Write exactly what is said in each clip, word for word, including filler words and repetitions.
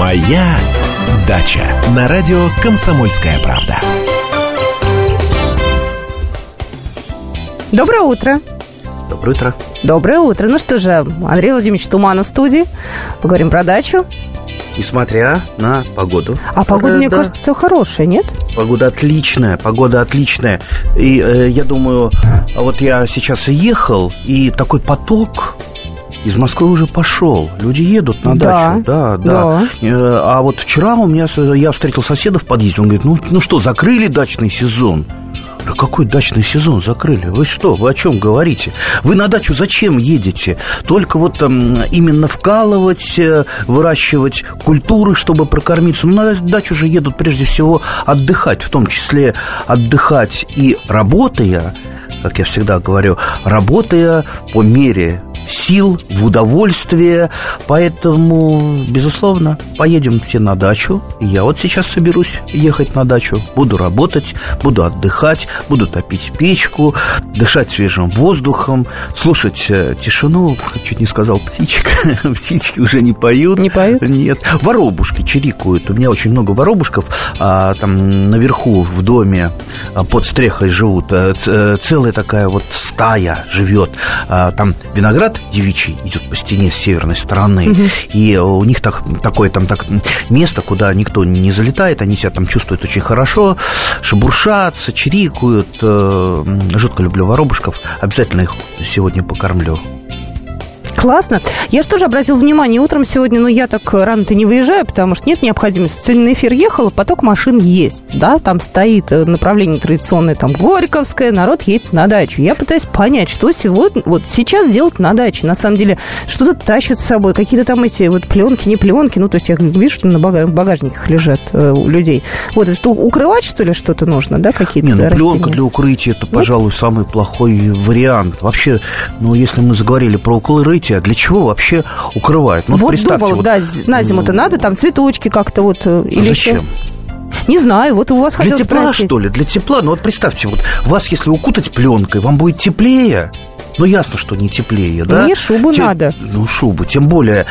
«Моя дача» на радио «Комсомольская правда». Доброе утро. Доброе утро. Доброе утро. Ну что же, Андрей Владимирович Туманов в студии. Поговорим про дачу. Несмотря на погоду. А погода, мне да. кажется, хорошая, нет? Погода отличная, погода отличная. И э, я думаю, вот я сейчас ехал, и такой поток из Москвы уже пошел. Люди едут на да, дачу. Да, да. да. А вот вчера у меня я встретил соседа в подъезде. Он говорит, ну, ну что, закрыли дачный сезон? Да какой дачный сезон закрыли? Вы что, вы о чем говорите? Вы на дачу зачем едете? Только вот там, именно вкалывать, выращивать культуры, чтобы прокормиться. Ну, на дачу же едут прежде всего отдыхать, в том числе отдыхать и работая, как я всегда говорю, работая по мере сил, в удовольствие. Поэтому, безусловно, поедем все на дачу. Я вот сейчас соберусь ехать на дачу. Буду работать, буду отдыхать, буду топить печку, дышать свежим воздухом, слушать тишину. Чуть не сказал птичек. Птички уже не поют. Не поют? Нет. Воробушки чирикают. У меня очень много воробушков. А, там наверху в доме под стрехой живут. Целая такая вот стая живет. А, там виноград девичий идет по стене с северной стороны, угу. и у них так, такое там так, место, куда никто не залетает, они себя там чувствуют очень хорошо, шебуршатся, чирикают. Жутко люблю воробушков, обязательно их сегодня покормлю. Классно. Я же тоже обратил внимание утром сегодня, но я так рано-то не выезжаю, потому что нет необходимости. Сегодня на эфир ехала, поток машин есть, да, там стоит направление традиционное, там, Горьковское, народ едет на дачу. Я пытаюсь понять, что сегодня, вот сейчас делать на даче. На самом деле, что-то тащат с собой, какие-то там эти вот пленки, не пленки, ну, то есть я вижу, что на багажниках лежат э, у людей. Вот, это что, укрывать, что ли, что-то нужно, да, какие-то Не, ну, растения? пленка для укрытия, это, пожалуй, вот. самый плохой вариант. Вообще, ну, если мы заговорили про укрытие, для чего вообще укрывают? Ну, вот представьте, думал, вот, да, на зиму-то надо, там цветочки как-то вот. Или зачем? еще? Не знаю, вот у вас хотел спросить. Для тепла, спросить. что ли? Для тепла? Ну, вот представьте, вот вас, если укутать пленкой, вам будет теплее? Ну, ясно, что не теплее, да? Мне шубу Тем, надо. Ну, шубу, тем более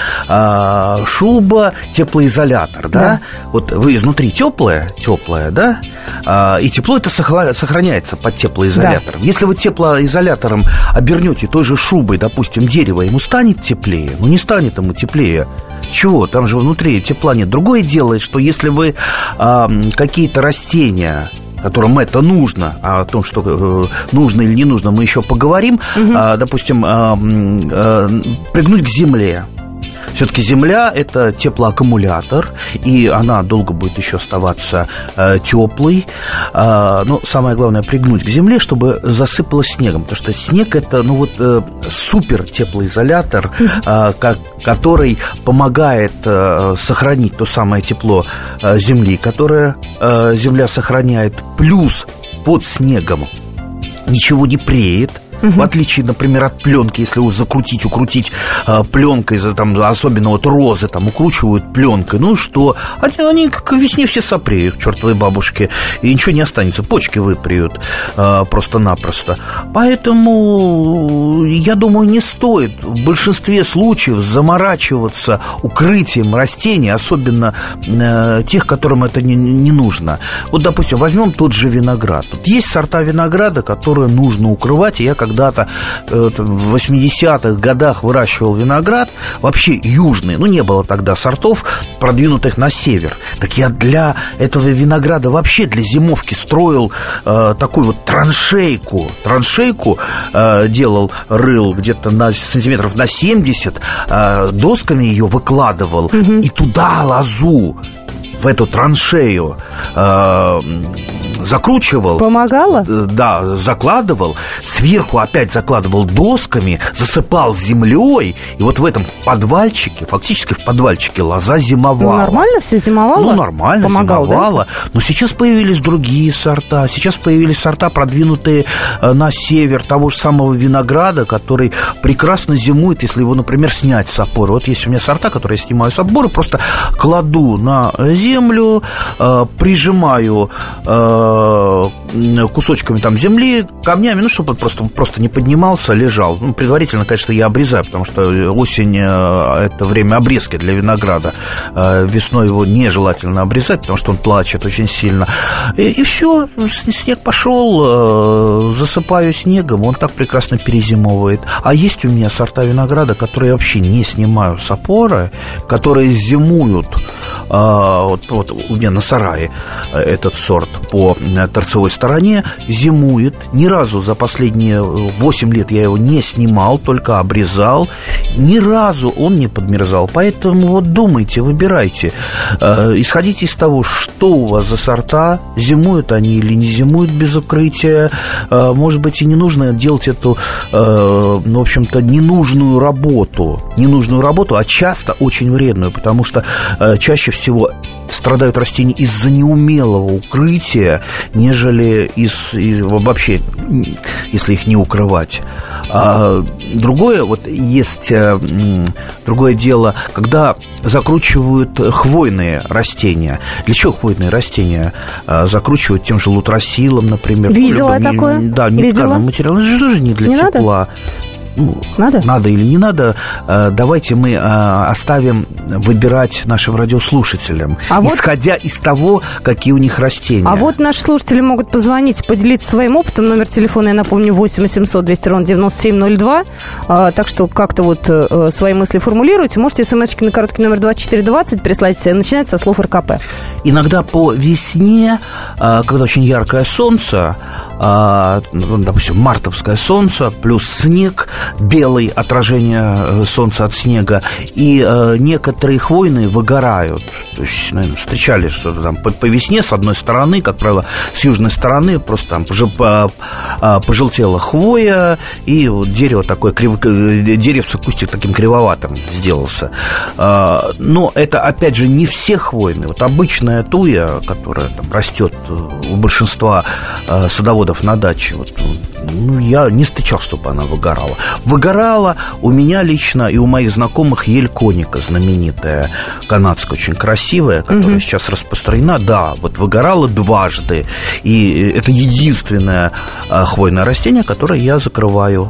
а, шуба, теплоизолятор, да? да? Вот вы изнутри теплая, теплая, да? А, и тепло это сохраняется под теплоизолятором. Да. Если вы теплоизолятором обернете той же шубой, допустим, дерево, ему станет теплее? Ну, не станет ему теплее. Чего? Там же внутри тепла нет. Другое дело, что если вы а, какие-то растения, которым это нужно, а о том, что э, нужно или не нужно, мы еще поговорим. Угу. А, допустим, а, а, пригнуть к земле. Все-таки земля – это теплоаккумулятор, и она долго будет еще оставаться э, теплой. Э, но самое главное – пригнуть к земле, чтобы засыпало снегом. Потому что снег – это ну, вот, э, супер теплоизолятор, э, как, который помогает э, сохранить то самое тепло э, земли, которое э, земля сохраняет. Плюс под снегом ничего не преет. В отличие, например, от пленки, если его закрутить, укрутить э, пленкой, там, особенно вот розы там укручивают пленкой, ну что, они, они к весне все сопреют, чертовой бабушки, и ничего не останется, почки выпреют э, просто-напросто. Поэтому, я думаю, не стоит в большинстве случаев заморачиваться укрытием растений, особенно э, тех, которым это не, не нужно. Вот, допустим, возьмем тот же виноград. Тут есть сорта винограда, которые нужно укрывать, и я когда когда-то э, в восьмидесятых годах выращивал виноград, вообще южный, ну, не было тогда сортов, продвинутых на север. Так я для этого винограда вообще для зимовки строил э, такую вот траншейку. Траншейку э, делал, рыл где-то на сантиметров на семьдесят, э, досками ее выкладывал, угу. и туда лозу, в эту траншею э, закручивал. Помогало? Да, закладывал. Сверху опять закладывал досками, засыпал землей. И вот в этом подвальчике, фактически в подвальчике лоза зимовала. Ну, нормально все зимовало? Ну, нормально Помогал, зимовало. Да? Но сейчас появились другие сорта. Сейчас появились сорта, продвинутые на север того же самого винограда, который прекрасно зимует, если его, например, снять с опоры. Вот есть у меня сорта, которые я снимаю с опоры, просто кладу на землю, землю, э, прижимаю э, э, кусочками там земли, камнями, ну, чтобы он просто, просто не поднимался, лежал. Ну, предварительно, конечно, я обрезаю, потому что осень – это время обрезки для винограда. Весной его нежелательно обрезать, потому что он плачет очень сильно. И, и все, снег пошел, засыпаю снегом, он так прекрасно перезимовывает. А есть у меня сорта винограда, которые я вообще не снимаю с опоры, которые зимуют. Вот, вот у меня на сарае этот сорт по торцевой стороне зимует. Ни разу за последние восемь лет я его не снимал, только обрезал. Ни разу он не подмерзал. Поэтому вот думайте, выбирайте. Исходите из того, что у вас за сорта, зимуют они или не зимуют без укрытия. Может быть, и не нужно делать эту, ну, в общем-то, ненужную работу. Ненужную работу, а часто очень вредную, потому что чаще всего страдают растения из-за неумелого укрытия, нежели из, из вообще, если их не укрывать. А другое, вот есть другое дело, когда закручивают хвойные растения. Для чего хвойные растения закручивают тем же лутросилом, например? Видела ну, такое? Да, нетканым материалом. Это же тоже не для не тепла. Надо? Ну, надо? Надо или не надо, давайте мы оставим выбирать нашим радиослушателям, а исходя вот... из того, какие у них растения. А вот наши слушатели могут позвонить, поделиться своим опытом. Номер телефона, я напомню, восемь восемьсот двести ровно девяносто семь ноль два. А, так что как-то вот а, свои мысли формулируйте. Можете смс-очки на короткий номер двадцать четыре двадцать прислать. Начинается со слов РКП. Иногда по весне, когда очень яркое солнце, допустим, мартовское солнце, плюс снег, белый, отражение солнца от снега, и э, некоторые хвойные выгорают. То есть, наверное, встречали что-то там по, по весне с одной стороны, как правило, с южной стороны просто там пожел, по, пожелтела хвоя, и вот дерево такое, крив... деревце, кустик таким кривоватым сделался. Но это, опять же, не все хвойные. Вот обычная туя, которая там растет у большинства садоводов на даче, вот, ну, я не встречал, чтобы она выгорала. Выгорала у меня лично и у моих знакомых ель коника, знаменитая, канадская, очень красивая, которая mm-hmm. сейчас распространена. Да, вот выгорала дважды. И это единственное хвойное растение, которое я закрываю.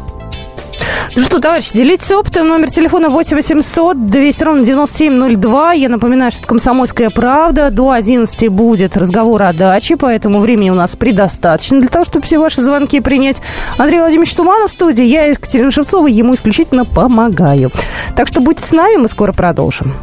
Ну что, товарищи, делитесь опытом. Номер телефона восемь восемьсот двести ровно девяносто семь ноль два. Я напоминаю, что это «Комсомольская правда». До одиннадцати будет разговор о даче, поэтому времени у нас предостаточно для того, чтобы все ваши звонки принять. Андрей Владимирович Туманов в студии. Я, Екатерина Шевцова, ему исключительно помогаю. Так что будьте с нами, мы скоро продолжим.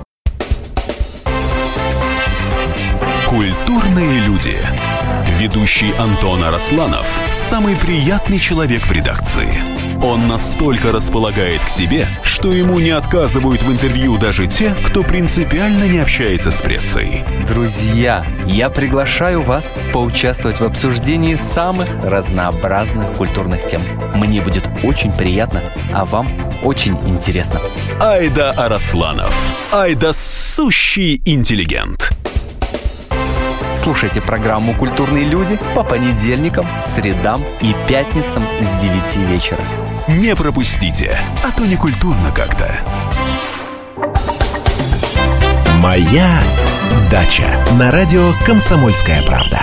Культурные люди. Ведущий Антон Арасланов – самый приятный человек в редакции. Он настолько располагает к себе, что ему не отказывают в интервью даже те, кто принципиально не общается с прессой. Друзья, я приглашаю вас поучаствовать в обсуждении самых разнообразных культурных тем. Мне будет очень приятно, а вам очень интересно. Айда Арасланов. Айда сущий интеллигент. Слушайте программу «Культурные люди» по понедельникам, средам и пятницам с девяти вечера. Не пропустите, а то не культурно как-то. Моя дача на радио «Комсомольская правда».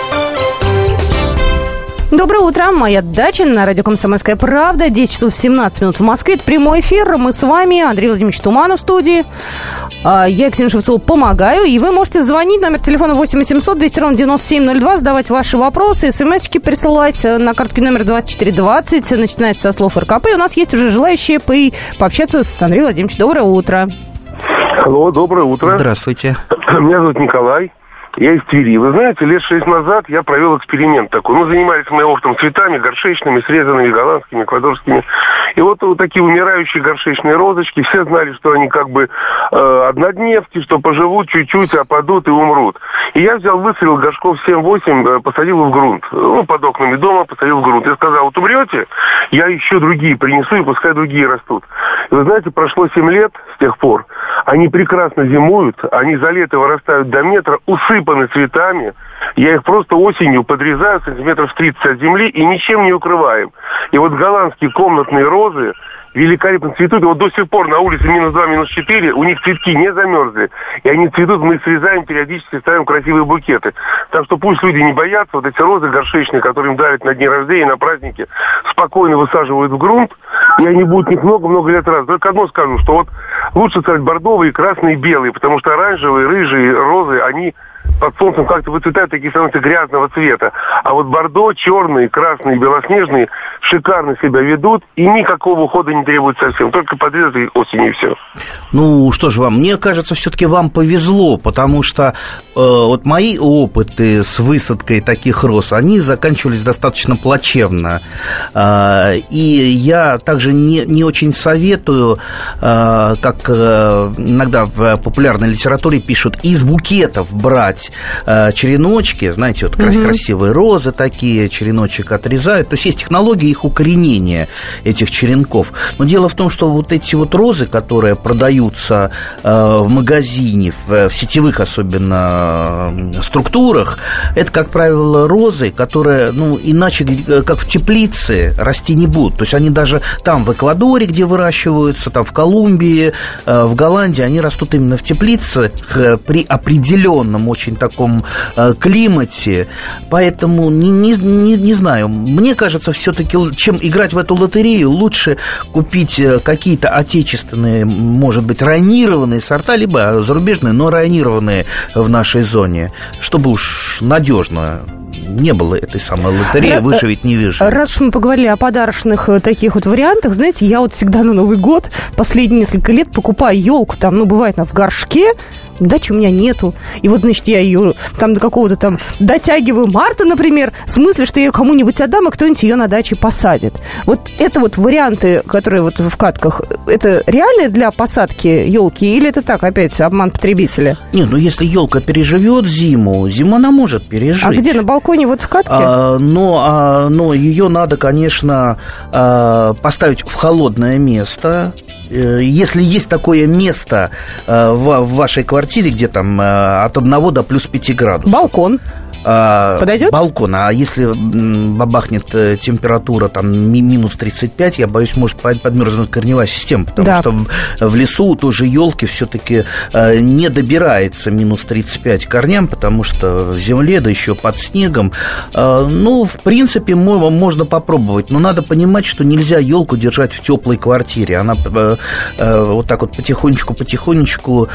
Доброе утро, моя дача на радио «Комсомольская правда». десять часов семнадцать минут в Москве. Это прямой эфир. Мы с вами, Андрей Владимирович Туманов в студии. Я, Екатерина Шевцова, помогаю. И вы можете звонить. Номер телефона восемь восемьсот двести ровно девяносто семь ноль два. Задавать ваши вопросы. СМС-очки присылать на картке номер двадцать четыре двадцать. Начинается со слов РКП. И у нас есть уже желающие пообщаться с Андреем Владимировичем. Доброе утро. Алло, доброе утро. Здравствуйте. Меня зовут Николай. Я из Твери. Вы знаете, лет шесть назад я провел эксперимент такой. Мы занимались мы оптом цветами, горшечными, срезанными, голландскими, эквадорскими. И вот, вот такие умирающие горшечные розочки. Все знали, что они как бы э, однодневки, что поживут чуть-чуть, опадут и умрут. И я взял, высадил горшков семь-восемь, э, посадил в грунт. Ну, под окнами дома посадил в грунт. Я сказал, вот умрете, я еще другие принесу, и пускай другие растут. И вы знаете, прошло семь лет с тех пор. Они прекрасно зимуют, они за лето вырастают до метра, усыпаны цветами. Я их просто осенью подрезаю сантиметров тридцать от земли и ничем не укрываем. И вот голландские комнатные розы великолепно цветут. И вот до сих пор на улице минус два, минус четыре, у них цветки не замерзли. И они цветут, мы срезаем, периодически ставим красивые букеты. Так что пусть люди не боятся, вот эти розы горшечные, которые им дарят на дни рождения, на праздники, спокойно высаживают в грунт, и они будут них много-много лет раз. Только одно скажу, что вот лучше сажать бордовые, красные, белые, потому что оранжевые, рыжие розы, они под солнцем как-то выцветают, такие становятся грязного цвета. А вот бордо, черные, красные, белоснежные шикарно себя ведут, и никакого ухода не требует совсем. Только подрезать их осенью и все. Ну, что же вам, мне кажется, все-таки вам повезло, потому что э, вот мои опыты с высадкой таких роз, они заканчивались достаточно плачевно. Э, и я также не, не очень советую, э, как э, иногда в популярной литературе пишут, из букетов брать череночки, знаете, вот mm-hmm. красивые розы такие, череночек отрезают. То есть есть технология их укоренения, этих черенков. Но дело в том, что вот эти вот розы, которые продаются в магазине, в сетевых особенно структурах, это, как правило, розы, которые, ну, иначе, как в теплице, расти не будут. То есть они даже там, в Эквадоре, где выращиваются, там в Колумбии, в Голландии, они растут именно в теплице при определенном очень таком э, климате, поэтому не, не, не, не знаю, мне кажется, все-таки, чем играть в эту лотерею, лучше купить какие-то отечественные, может быть, районированные сорта, либо зарубежные, но районированные в нашей зоне, чтобы уж надежно не было этой самой лотереи, выживет, не выживет. Раз уж мы поговорили о подарочных таких вот вариантах, знаете, я вот всегда на Новый год последние несколько лет покупаю елку, там, ну, бывает, в горшке, дачи у меня нету. И вот, значит, я ее там до какого-то там дотягиваю марта, например, в смысле, что я ее кому-нибудь отдам, и кто-нибудь ее на даче посадит. Вот это вот варианты, которые вот в катках, это реально для посадки елки или это так, опять, обман потребителя? Нет, ну если елка переживет зиму, зиму она может пережить. А где, на балконе, вот в катке? А, но, а, но ее надо, конечно, а, поставить в холодное место. Если есть такое место в, в вашей квартире, где там от одного до плюс пяти градусов. Балкон. Подойдет? Балкон. А если бабахнет температура там минус тридцать пять, я боюсь, может подмерзнуть корневая система, потому да. что в, в лесу у той же елки все-таки не добирается минус тридцать пять корням, потому что в земле, да еще под снегом. Ну, в принципе, можно попробовать, но надо понимать, что нельзя елку держать в теплой квартире. Она вот так вот потихонечку-потихонечку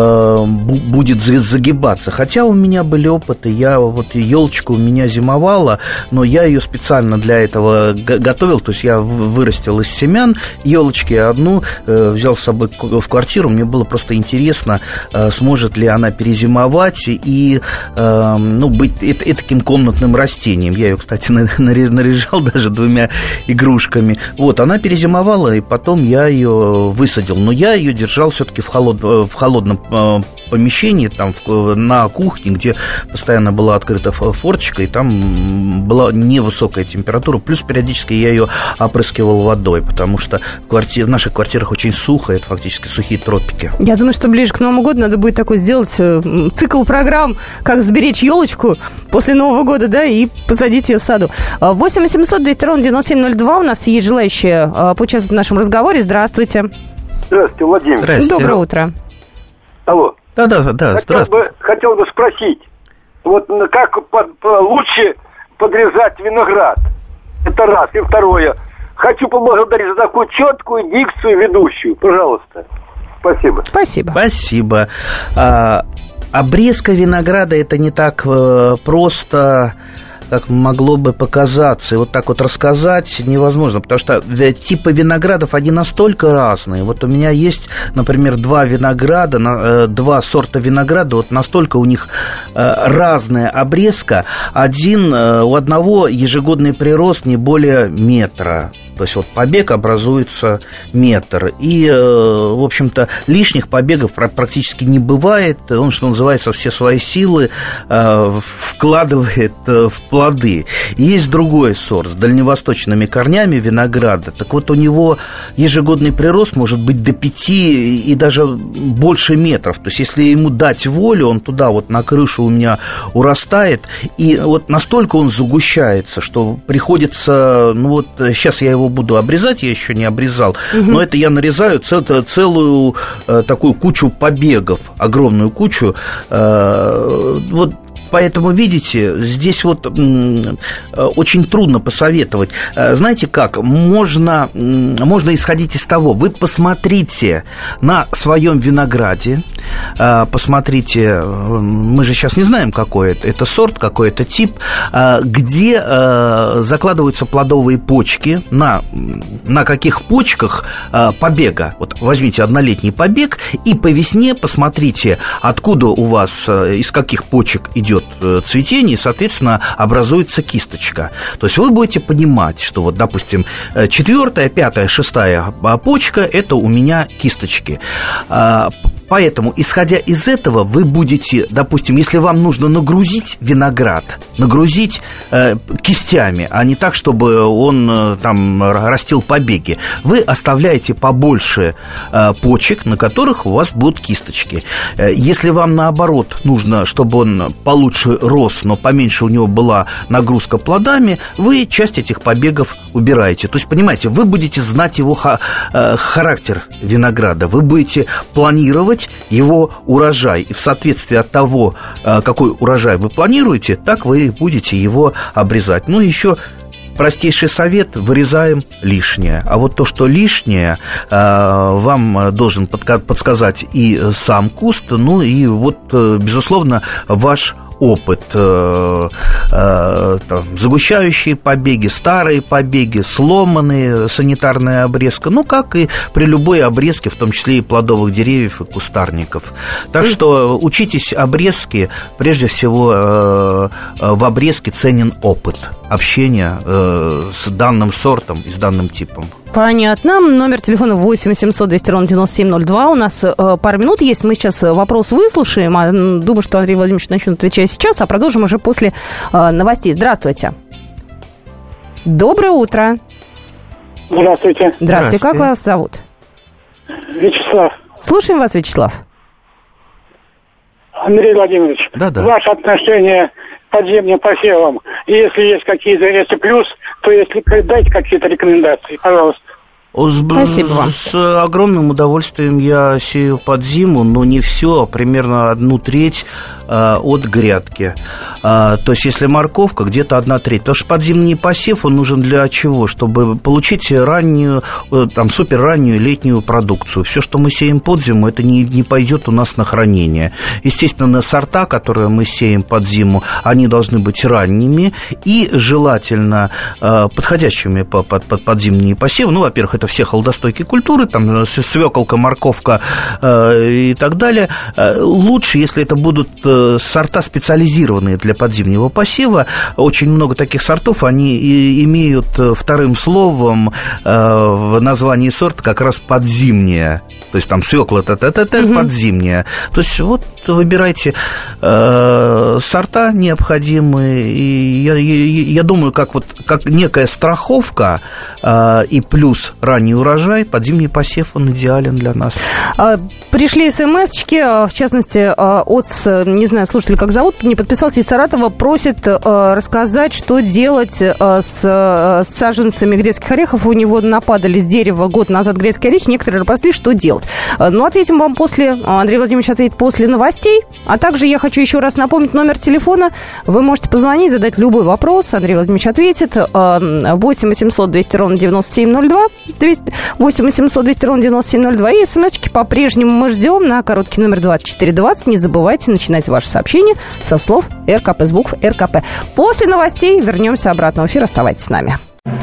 будет загибаться. Хотя у меня были опыты, я вот елочка у меня зимовала, но я ее специально для этого готовил, то есть я вырастил из семян елочки одну, взял с собой в квартиру, мне было просто интересно, сможет ли она перезимовать и, ну, быть таким комнатным растением. Я ее, кстати, наряжал даже двумя игрушками. Вот, она перезимовала, и потом я ее высадил, но я ее держал все-таки в, холод... в холодном помещении, там на кухне, где постоянно была открыта форточка, и там была невысокая температура, плюс периодически я ее опрыскивал водой, потому что в, квартире, в наших квартирах очень сухо, это фактически сухие тропики. Я думаю, что ближе к Новому году надо будет такой сделать цикл программ, как сберечь елочку после Нового года, да, и посадить ее в саду. восемь восемьсот двести ровно девяносто семь ноль два, у нас есть желающие поучаствовать в нашем разговоре. Здравствуйте. Здравствуйте, Владимир. Здравствуйте. Доброе утро. Алло. Да, да, да, здравствуйте. Хотел бы, хотел бы спросить, вот как под, лучше подрезать виноград? Это раз. И второе. Хочу поблагодарить за такую четкую дикцию ведущую. Пожалуйста. Спасибо. Спасибо. Спасибо. А, обрезка винограда – это не так э, просто, как могло бы показаться. И вот так вот рассказать невозможно, потому что типы виноградов, они настолько разные. Вот у меня есть, например, два винограда, два сорта винограда, вот настолько у них разная обрезка. Один, у одного ежегодный прирост не более метра. То есть вот побег образуется метр. И, в общем-то, лишних побегов практически не бывает. Он, что называется, все свои силы вкладывает в плоды. И есть другой сорт с дальневосточными корнями винограда. Так вот, у него ежегодный прирост может быть до пяти и даже больше метров. То есть, если ему дать волю, он туда вот на крышу у меня урастает. И вот настолько он загущается, что приходится... Ну вот сейчас я его буду обрезать, я еще не обрезал, угу. но это я нарезаю цел, целую э, такую кучу побегов, огромную кучу. Э, вот. Поэтому, видите, здесь вот очень трудно посоветовать. Знаете как, можно, можно исходить из того, вы посмотрите на своем винограде, посмотрите, мы же сейчас не знаем, какой это, это сорт, какой это тип, где закладываются плодовые почки, на, на каких почках побега. Вот возьмите однолетний побег и по весне посмотрите, откуда у вас, из каких почек идет цветение, и, соответственно, образуется кисточка. То есть вы будете понимать, что вот, допустим, четвертая, пятая, шестая почка – это у меня кисточки. Поэтому, исходя из этого, вы будете, допустим, если вам нужно нагрузить виноград, нагрузить э, кистями, а не так, чтобы он э, там растил побеги, вы оставляете побольше э, почек, на которых у вас будут кисточки. Э, если вам, наоборот, нужно, чтобы он получше рос, но поменьше у него была нагрузка плодами, вы часть этих побегов убираете. То есть, понимаете, вы будете знать его ха- э, характер винограда, вы будете планировать его урожай. И в соответствии от того, какой урожай вы планируете, так вы будете его обрезать. Ну, еще простейший совет: вырезаем лишнее. А вот то, что лишнее, вам должен подсказать и сам куст, ну и вот, безусловно, ваш опыт. Э, э, там, загущающие побеги, старые побеги, сломанные, санитарная обрезка. Ну, как и при любой обрезке, в том числе и плодовых деревьев и кустарников. Так что учитесь обрезке. Прежде всего, э, в обрезке ценен опыт общения э, с данным сортом и с данным типом. Понятно. Номер телефона восемь восемьсот двести ровно девяносто семь ноль два. У нас э, пара минут есть. Мы сейчас вопрос выслушаем. А, думаю, что Андрей Владимирович начнет отвечать сейчас, а продолжим уже после э, новостей. Здравствуйте. Доброе утро. Здравствуйте. Здравствуйте. Здравствуйте. Как вас зовут? Вячеслав. Слушаем вас, Вячеслав. Андрей Владимирович, да, да. Ваше отношение к подземным посевам, и если есть какие-то, если плюс, то если дайте какие-то рекомендации, пожалуйста. Спасибо вам. С огромным удовольствием я сею под зиму, но не все, а примерно одну треть а, от грядки. А, то есть, если морковка, где-то одна треть. Потому что подзимний посев, он нужен для чего? Чтобы получить раннюю, там, суперраннюю летнюю продукцию. Все, что мы сеем под зиму, это не, не пойдет у нас на хранение. Естественно, сорта, которые мы сеем под зиму, они должны быть ранними и желательно а, подходящими под, под, под зимние посевы. Ну, во-первых, это все холодостойкие культуры, там свеколка, морковка э, и так далее. Лучше, если это будут э, сорта, специализированные для подзимнего посева. Очень много таких сортов, они и имеют вторым словом э, в названии сорта как раз подзимняя. То есть там свекла та-та-та-та, угу. подзимняя. То есть вот выбирайте э, сорта необходимые. И я, я, я думаю, как, вот, как некая страховка э, и плюс ранний урожай, подзимний посев, он идеален для нас. Пришли смс-очки, в частности, от, не знаю, слушатель, как зовут, не подписался, из Саратова, просит рассказать, что делать с саженцами грецких орехов. У него нападали с дерева год назад грецкие орехи, некоторые росли, что делать? Ну, ответим вам после, Андрей Владимирович ответит после новостей, а также я хочу еще раз напомнить номер телефона. Вы можете позвонить, задать любой вопрос, Андрей Владимирович ответит. восемь восемьсот двести ровно девяносто семь ноль два, восемь восемьсот двести ровно девяносто семь ноль два. И смс-очки по-прежнему мы ждем на короткий номер двадцать четыре двадцать. Не забывайте начинать ваше сообщение со слов РКП, с букв РКП. После новостей вернемся обратно в эфир. Оставайтесь с нами.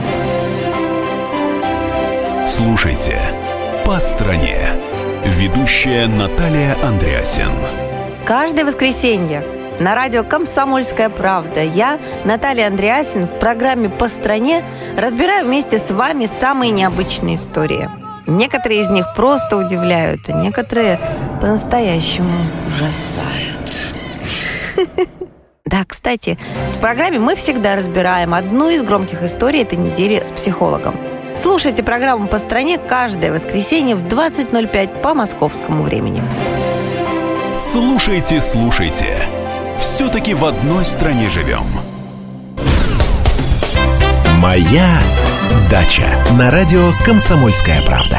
Слушайте «По стране». Ведущая Наталья Андреасен. Каждое воскресенье на радио «Комсомольская правда». Я, Наталья Андреасин, в программе «По стране» разбираю вместе с вами самые необычные истории. Некоторые из них просто удивляют, а некоторые по-настоящему ужасают. Да, кстати, в программе мы всегда разбираем одну из громких историй этой недели с психологом. Слушайте программу «По стране» каждое воскресенье в двадцать ноль пять по московскому времени. Слушайте, слушайте. Все-таки в одной стране живем. «Моя дача» на радио «Комсомольская правда».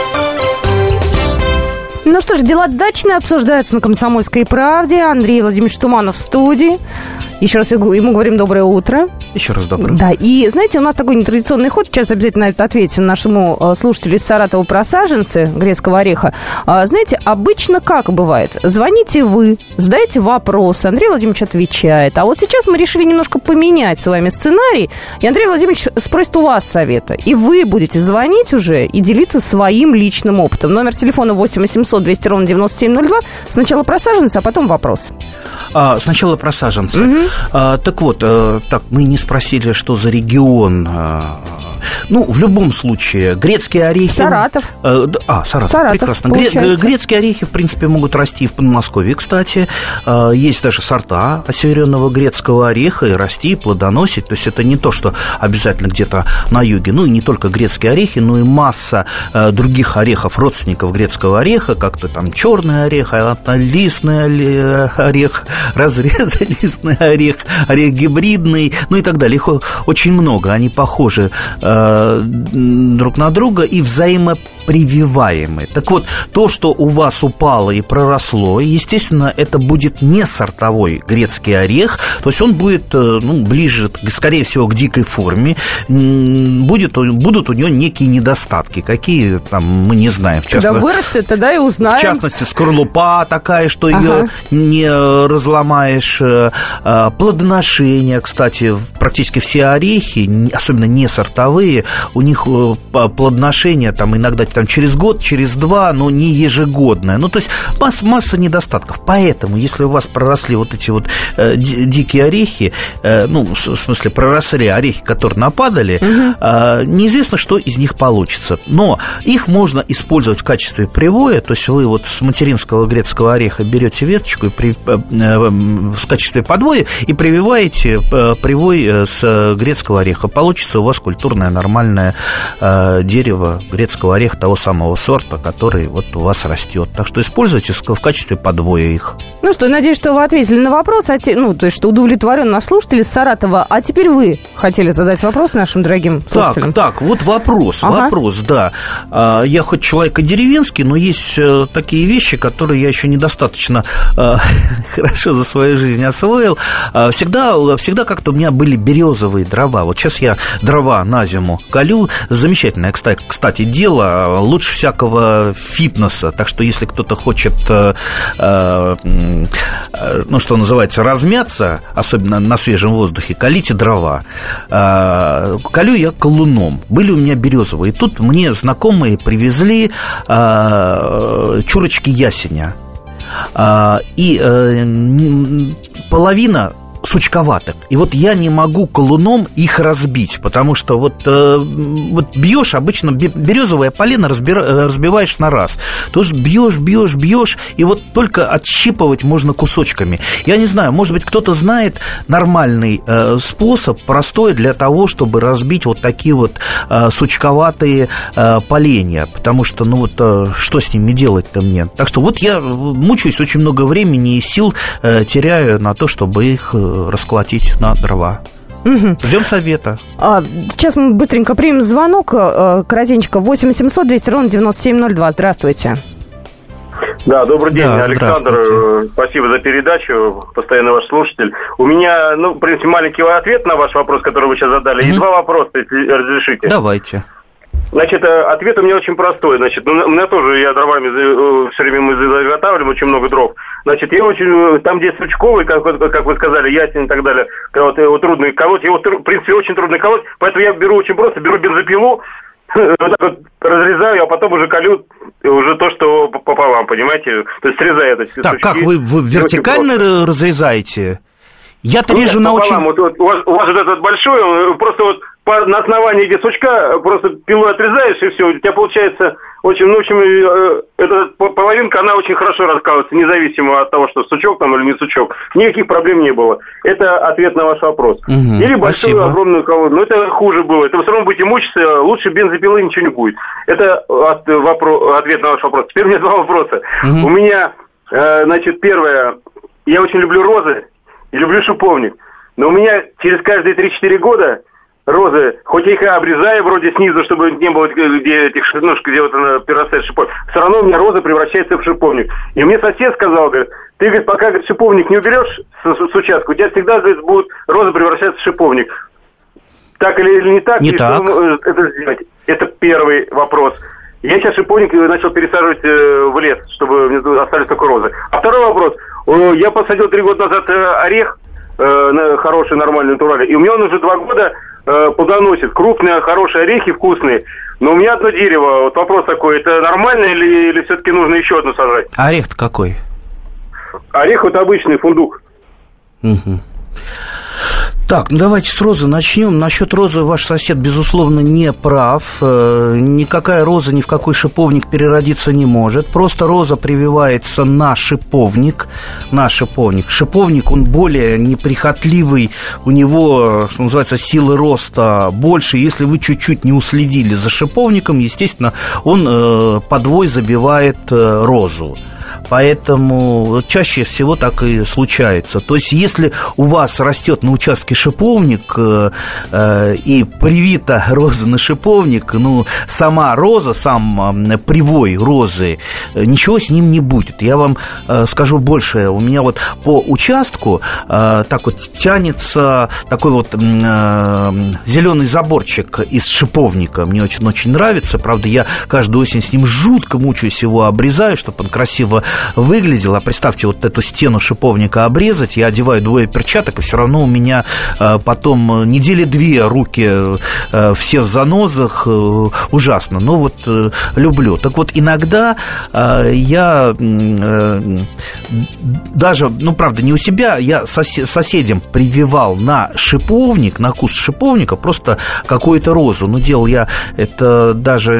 Ну что ж, дела дачные обсуждаются на «Комсомольской правде». Андрей Владимирович Туманов в студии. Еще раз ему говорим доброе утро. Еще раз доброе. Да, и знаете, у нас такой нетрадиционный ход. Сейчас обязательно на это ответим нашему слушателю из Саратова про саженцы грецкого ореха. Знаете, обычно как бывает? Звоните вы, задаете вопрос, Андрей Владимирович отвечает. А вот сейчас мы решили немножко поменять с вами сценарий. И Андрей Владимирович спросит у вас совета. И вы будете звонить уже и делиться своим личным опытом. Номер телефона восемь восемьсот двести ровно девяносто семь ноль два. Сначала про саженцы, а потом вопрос. А, сначала про саженцы. Угу. А, так вот, а, так, мы не спросили, что за регион. А, ну, в любом случае, грецкие орехи... Саратов. А, а Саратов, Саратов прекрасно. Гре- грецкие орехи, в принципе, могут расти в Подмосковье, кстати. А, есть даже сорта осеверенного грецкого ореха, и расти, и плодоносить. То есть это не то, что обязательно где-то на юге. Ну, и не только грецкие орехи, но и масса а, других орехов, родственников грецкого ореха, как-то там черный орех, листный орех, разрезолистный орех, орех гибридный, ну и так далее. Их очень много, они похожи э, друг на друга и взаимопрививаемы. Так вот, то, что у вас упало и проросло, естественно, это будет не сортовой грецкий орех, то есть он будет ну, ближе, скорее всего, к дикой форме, будет, будут у него некие недостатки, какие там мы не знаем. В частности, когда вырастет, тогда и узнаем. В частности, скорлупа такая, что ага. ее не разломаешь, плодоношение, кстати, практически все орехи, особенно не сортовые, у них плодоношение там иногда там, через год, через два, но не ежегодное. Ну, то есть масса, масса недостатков. Поэтому, если у вас проросли вот эти вот э, дикие орехи, э, ну, в смысле, проросли орехи, которые нападали, угу. э, неизвестно, что из них получится. Но их можно использовать в качестве привоя, то есть вы вот с материнского грецкого ореха берете веточку и при, э, э, в качестве подвоя и прививаете э, привой с грецкого ореха. Получится у вас культурное нормальное э, дерево грецкого ореха того самого сорта, который вот у вас растет. Так что используйте в качестве подвоя их. Ну что, надеюсь, что вы ответили на вопрос, а те, ну, то есть, что удовлетворен наш слушатель из Саратова. А теперь вы хотели задать вопрос нашим дорогим слушателям. Так, так, вот вопрос, ага. вопрос, да. Я хоть человек и деревенский, но есть такие вещи, которые я еще недостаточно хорошо за свою жизнь освоил. Всегда, всегда как-то у меня были березовые дрова. Вот сейчас я дрова на зиму колю. Замечательное, кстати, кстати дело. Лучше всякого фитнеса. Так что, если кто-то хочет, ну, что называется, размяться, особенно на свежем воздухе, колите дрова. Колю я колуном. Были у меня березовые. И тут мне знакомые привезли чурочки ясеня. И половина сучковатых. И вот я не могу колуном их разбить, потому что вот, э, вот бьешь, обычно березовое полено разбира, разбиваешь на раз. То есть бьешь, бьешь, бьешь, и вот только отщипывать можно кусочками. Я не знаю, может быть, кто-то знает нормальный э, способ, простой для того, чтобы разбить вот такие вот э, сучковатые э, поленья, потому что, ну вот, э, что с ними делать-то мне? Так что вот я мучаюсь, очень много времени и сил э, теряю на то, чтобы их расколотить на дрова. Угу. Ждем совета. А, сейчас мы быстренько примем звонок. Коротенько. восемь восемьсот двести ровно девяносто семь ноль два. Здравствуйте. Да, добрый день, да, Александр. Спасибо за передачу. Постоянный ваш слушатель. У меня, ну, в принципе, маленький ответ на ваш вопрос, который вы сейчас задали. Угу. И два вопроса, если разрешите. Давайте. Значит, ответ у меня очень простой. Значит, у меня тоже, я дровами все время мы заготавливаем, очень много дров. Значит, я очень, там, где сучковый, как, как вы сказали, ясень и так далее, вот, его трудно колоть, его, в принципе, очень трудно колоть, поэтому я беру очень просто, беру бензопилу, вот так вот разрезаю, а потом уже колю уже то, что пополам, понимаете? То есть срезаю эти Так, сучки. как, вы, вы вертикально разрезаете? Я-то ну, режу на очень... Вот, вот, у, вас, у вас вот этот большой, он просто вот по, на основании, где сучка, просто пилу отрезаешь, и все, у тебя получается очень, ну, в общем, э, эта половинка, она очень хорошо раскалывается, независимо от того, что сучок там или не сучок. Никаких проблем не было. Это ответ на ваш вопрос. Угу, или большую, спасибо. Огромную колоду. Но это хуже было. Это вы все равно будете мучиться, лучше бензопилы ничего не будет. Это от, вопро- ответ на ваш вопрос. Теперь у меня два вопроса. Угу. У меня, э, значит, первое, я очень люблю розы. И люблю шиповник. Но у меня через каждые три-четыре года розы, хоть я их и обрезаю вроде снизу, чтобы не было где этих, ну, где вот она перерастает шиповник, все равно у меня роза превращается в шиповник. И мне сосед сказал, говорит, ты, говорит, пока, говорит, шиповник не уберешь с, с, с участка, у тебя всегда, говорит, будет роза превращаться в шиповник. Так или, или не так? Не и так. Что это сделать? Это первый вопрос. Я сейчас шиповник начал пересаживать э, в лес, чтобы остались только розы. А второй вопрос. Я посадил три года назад орех, э, хороший, нормальный, натуральный, и у меня он уже два года э, плодоносит. Крупные, хорошие орехи, вкусные. Но у меня одно дерево. Вот вопрос такой, это нормально или, или все-таки нужно еще одно сажать? Орех-то какой? Орех вот обычный, фундук. Угу. Так, ну давайте с розы начнем. Насчет розы ваш сосед, безусловно, не прав. Никакая роза ни в какой шиповник переродиться не может. Просто роза прививается на шиповник. На шиповник. Шиповник, он более неприхотливый. У него, что называется, силы роста больше. Если вы чуть-чуть не уследили за шиповником, естественно, он подвой забивает розу. Поэтому чаще всего так и случается. То есть, если у вас растет на участке шиповник э, э, и привита роза на шиповник, ну, сама роза, сам э, привой розы, э, ничего с ним не будет. Я вам э, скажу больше. У меня вот по участку э, так вот тянется такой вот э, зеленый заборчик из шиповника. Мне очень-очень нравится. Правда, я каждую осень с ним жутко мучаюсь, его обрезаю, чтобы он красиво выглядел. А представьте, вот эту стену шиповника обрезать, я одеваю двое перчаток, и все равно у меня э, потом недели две руки э, все в занозах, э, ужасно, но вот э, люблю. Так вот, иногда э, я э, даже, ну, правда, не у себя, я сос- соседям прививал на шиповник, на куст шиповника просто какую-то розу. Но делал я это даже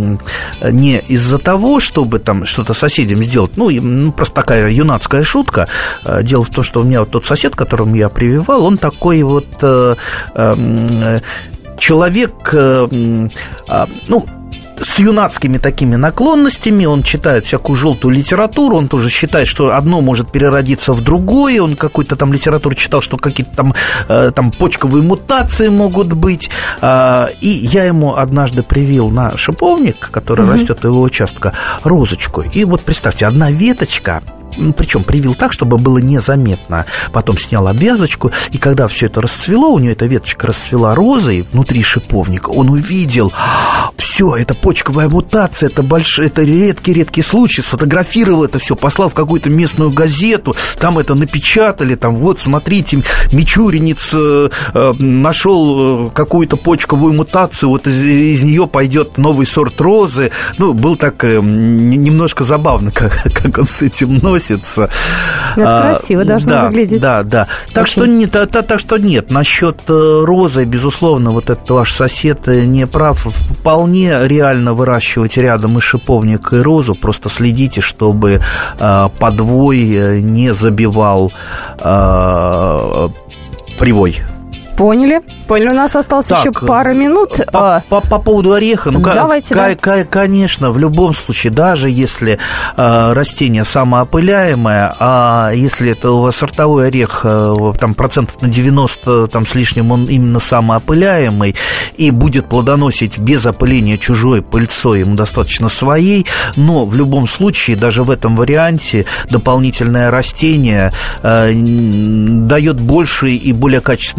не из-за того, чтобы там что-то соседям сделать. Ну, ну, просто такая юнацкая шутка. Дело в том, что у меня вот тот сосед, которому я прививал, он такой вот э, э, человек, э, э, ну, с юнацкими такими наклонностями, он читает всякую желтую литературу, он тоже считает, что одно может переродиться в другое, он какую-то там литературу читал, что какие-то там, э, там почковые мутации могут быть, э, и я ему однажды привил на шиповник, который mm-hmm. растет у его участка, розочку, и вот представьте, одна веточка, причем привил так, чтобы было незаметно. Потом снял обвязочку, и когда все это расцвело, у нее эта веточка расцвела розой внутри шиповника, он увидел, все, это почковая мутация, это большой, это редкий-редкий случай, сфотографировал это все, послал в какую-то местную газету, там это напечатали, там вот, смотрите, мичуринец э, э, нашел какую-то почковую мутацию, вот из, из нее пойдет новый сорт розы. Ну, был так э, немножко забавно, как, как он с этим носит. Это а, красиво должно да, выглядеть. Да, да. Так что, не, та, та, так что нет. Насчет розы, безусловно, вот этот ваш сосед не прав. Вполне реально выращивать рядом и шиповник, и розу. Просто следите, чтобы а, подвой не забивал а, привой. Поняли. Поняли, у нас осталось так, еще пара минут. По, по, по поводу ореха, ну, Давайте, к, да. к, конечно, в любом случае, даже если э, растение самоопыляемое, а если это у вас сортовой орех, э, там процентов на девяносто там, с лишним, он именно самоопыляемый и будет плодоносить без опыления чужой пыльцой, ему достаточно своей, но в любом случае, даже в этом варианте, дополнительное растение э, дает больший и более качественный урожай,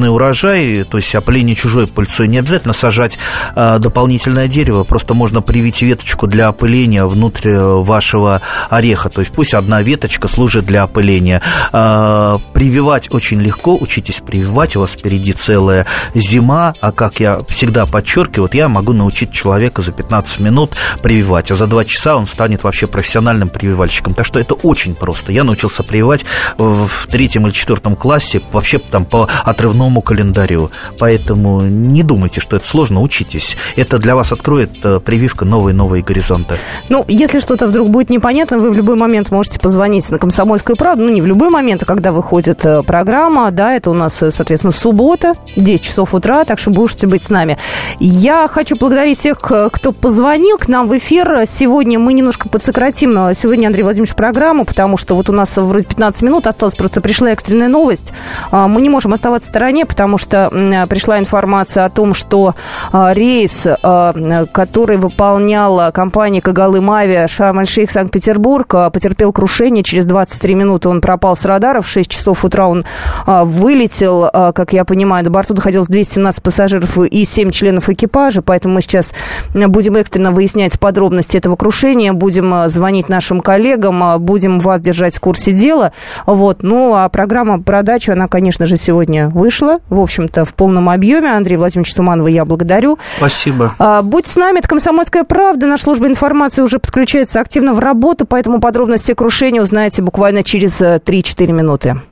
урожай, то есть опыление чужой пыльцой. Не обязательно сажать а, дополнительное дерево, просто можно привить веточку для опыления внутрь вашего ореха. То есть пусть одна веточка служит для опыления. А, прививать очень легко, учитесь прививать, у вас впереди целая зима, а как я всегда подчеркиваю, вот я могу научить человека за пятнадцать минут прививать, а за два часа он станет вообще профессиональным прививальщиком. Так что это очень просто. Я научился прививать в третьем или четвертом классе вообще там по отрывному календарю. Поэтому не думайте, что это сложно, учитесь. Это для вас откроет прививка новые-новые горизонты. Ну, если что-то вдруг будет непонятно, вы в любой момент можете позвонить на «Комсомольскую правду». Ну, не в любой момент, а когда выходит программа. Да, это у нас, соответственно, суббота, десять часов утра, так что будете быть с нами. Я хочу благодарить всех, кто позвонил к нам в эфир. Сегодня мы немножко подсократим сегодня, Андрей Владимирович, программу, потому что вот у нас вроде пятнадцать минут осталось, просто пришла экстренная новость. Мы не можем оставаться в стороне, потому что пришла информация о том, что рейс, который выполняла компания Когалым Авиа Шарм-эль-Шейх, Санкт-Петербург, потерпел крушение. Через двадцать три минуты он пропал с радаров. В шесть часов утра он вылетел, как я понимаю. На борту находилось двести семнадцать пассажиров и семь членов экипажа, поэтому мы сейчас будем экстренно выяснять подробности этого крушения, будем звонить нашим коллегам, будем вас держать в курсе дела. Вот. Ну, а программа про дачу, она, конечно же, сегодня вышла, в общем-то, в полном объеме. Андрей Владимирович Туманова я благодарю. Спасибо. Будьте с нами, это «Комсомольская правда». Наша служба информации уже подключается активно в работу, поэтому подробности крушения узнаете буквально через три-четыре минуты.